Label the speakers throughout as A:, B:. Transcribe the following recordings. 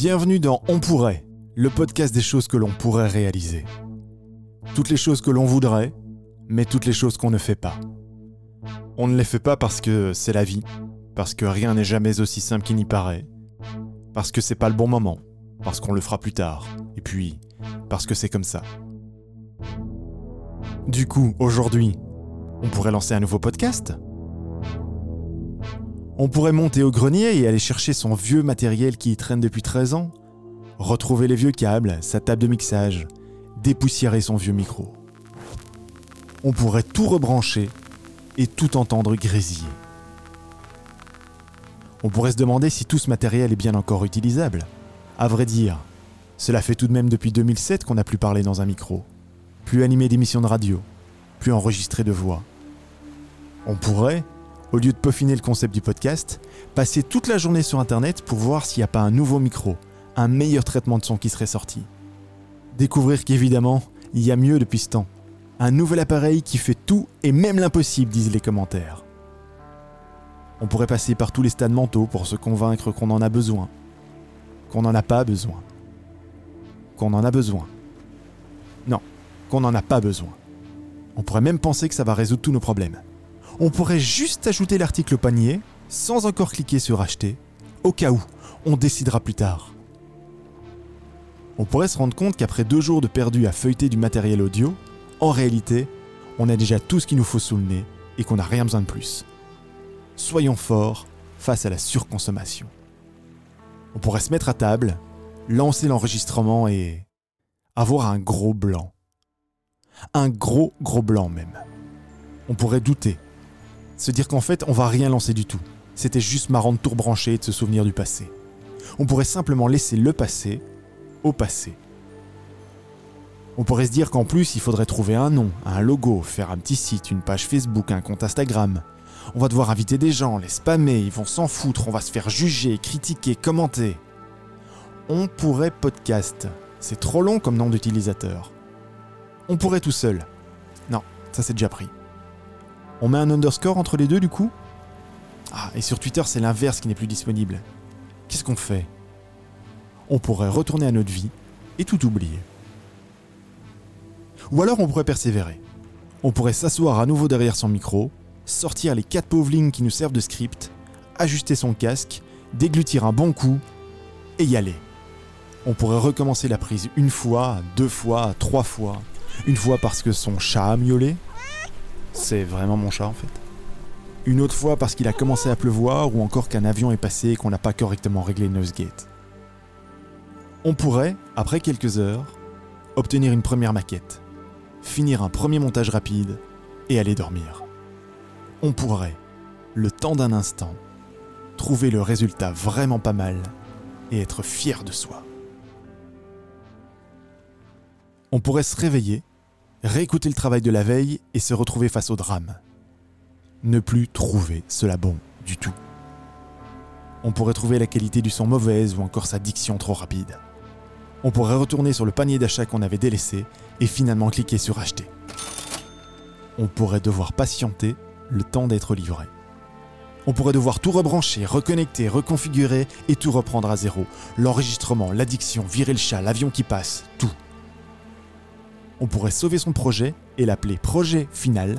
A: Bienvenue dans On pourrait, le podcast des choses que l'on pourrait réaliser. Toutes les choses que l'on voudrait, mais toutes les choses qu'on ne fait pas. On ne les fait pas parce que c'est la vie, parce que rien n'est jamais aussi simple qu'il n'y paraît, parce que c'est pas le bon moment, parce qu'on le fera plus tard, et puis parce que c'est comme ça. Du coup, aujourd'hui, on pourrait lancer un nouveau podcast ? On pourrait monter au grenier et aller chercher son vieux matériel qui y traîne depuis 13 ans, retrouver les vieux câbles, sa table de mixage, dépoussiérer son vieux micro. On pourrait tout rebrancher et tout entendre grésiller. On pourrait se demander si tout ce matériel est bien encore utilisable. À vrai dire, cela fait tout de même depuis 2007 qu'on n'a plus parlé dans un micro, plus animé d'émissions de radio, plus enregistré de voix. On pourrait, au lieu de peaufiner le concept du podcast, passer toute la journée sur Internet pour voir s'il n'y a pas un nouveau micro, un meilleur traitement de son qui serait sorti. Découvrir qu'évidemment, il y a mieux depuis ce temps. Un nouvel appareil qui fait tout et même l'impossible, disent les commentaires. On pourrait passer par tous les stades mentaux pour se convaincre qu'on en a besoin, qu'on n'en a pas besoin, qu'on en a besoin. Non, qu'on n'en a pas besoin. On pourrait même penser que ça va résoudre tous nos problèmes. On pourrait juste ajouter l'article au panier, sans encore cliquer sur acheter, au cas où, on décidera plus tard. On pourrait se rendre compte qu'après 2 jours de perdu à feuilleter du matériel audio, en réalité, on a déjà tout ce qu'il nous faut sous le nez et qu'on n'a rien besoin de plus. Soyons forts face à la surconsommation. On pourrait se mettre à table, lancer l'enregistrement et avoir un gros blanc. Un gros blanc même. On pourrait douter. Se dire qu'en fait, on va rien lancer du tout. C'était juste marrant de tout rebrancher et de se souvenir du passé. On pourrait simplement laisser le passé au passé. On pourrait se dire qu'en plus, il faudrait trouver un nom, un logo, faire un petit site, une page Facebook, un compte Instagram. On va devoir inviter des gens, les spammer, ils vont s'en foutre, on va se faire juger, critiquer, commenter. On pourrait podcast. C'est trop long comme nom d'utilisateur. On pourrait tout seul. Non, ça c'est déjà pris. On met un underscore entre les deux du coup ? Ah, et sur Twitter, c'est l'inverse qui n'est plus disponible. Qu'est-ce qu'on fait ? On pourrait retourner à notre vie et tout oublier. Ou alors on pourrait persévérer. On pourrait s'asseoir à nouveau derrière son micro, sortir les 4 pauvres lignes qui nous servent de script, ajuster son casque, déglutir un bon coup et y aller. On pourrait recommencer la prise 1 fois, 2 fois, 3 fois. 1 fois parce que son chat a miaulé. C'est vraiment mon chat en fait. 1 autre fois parce qu'il a commencé à pleuvoir ou encore qu'un avion est passé et qu'on n'a pas correctement réglé le nosegate. On pourrait, après quelques heures, obtenir une première maquette, finir un premier montage rapide et aller dormir. On pourrait, le temps d'un instant, trouver le résultat vraiment pas mal et être fier de soi. On pourrait se réveiller, réécouter le travail de la veille et se retrouver face au drame. Ne plus trouver cela bon du tout. On pourrait trouver la qualité du son mauvaise ou encore sa diction trop rapide. On pourrait retourner sur le panier d'achat qu'on avait délaissé et finalement cliquer sur acheter. On pourrait devoir patienter le temps d'être livré. On pourrait devoir tout rebrancher, reconnecter, reconfigurer et tout reprendre à zéro. L'enregistrement, l'addiction, virer le chat, l'avion qui passe, tout. On pourrait sauver son projet et l'appeler projet final.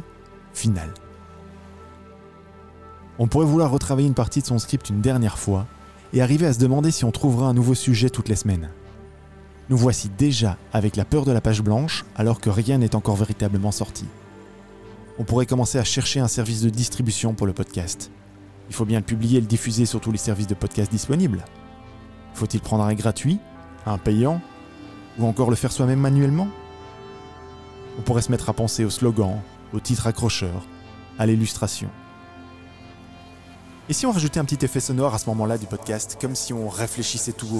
A: On pourrait vouloir retravailler une partie de son script une dernière fois et arriver à se demander si on trouvera un nouveau sujet toutes les semaines. Nous voici déjà avec la peur de la page blanche alors que rien n'est encore véritablement sorti. On pourrait commencer à chercher un service de distribution pour le podcast. Il faut bien le publier et le diffuser sur tous les services de podcast disponibles. Faut-il prendre un gratuit, un payant, ou encore le faire soi-même manuellement ? On pourrait se mettre à penser au slogan, au titre accrocheur, à l'illustration. Et si on rajoutait un petit effet sonore à ce moment-là du podcast, comme si on réfléchissait tout haut ?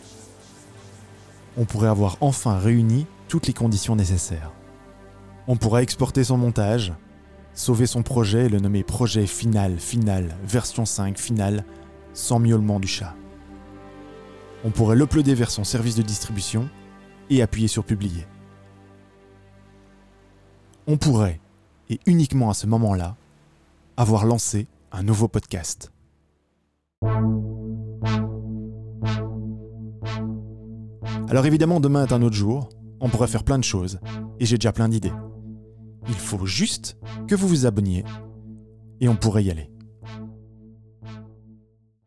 A: On pourrait avoir enfin réuni toutes les conditions nécessaires. On pourrait exporter son montage, sauver son projet et le nommer projet final, version 5, final, sans miaulement du chat. On pourrait l'uploader vers son service de distribution et appuyer sur publier. On pourrait, et uniquement à ce moment-là, avoir lancé un nouveau podcast. Alors évidemment, demain est un autre jour, on pourrait faire plein de choses, et j'ai déjà plein d'idées. Il faut juste que vous vous abonniez, et on pourrait y aller.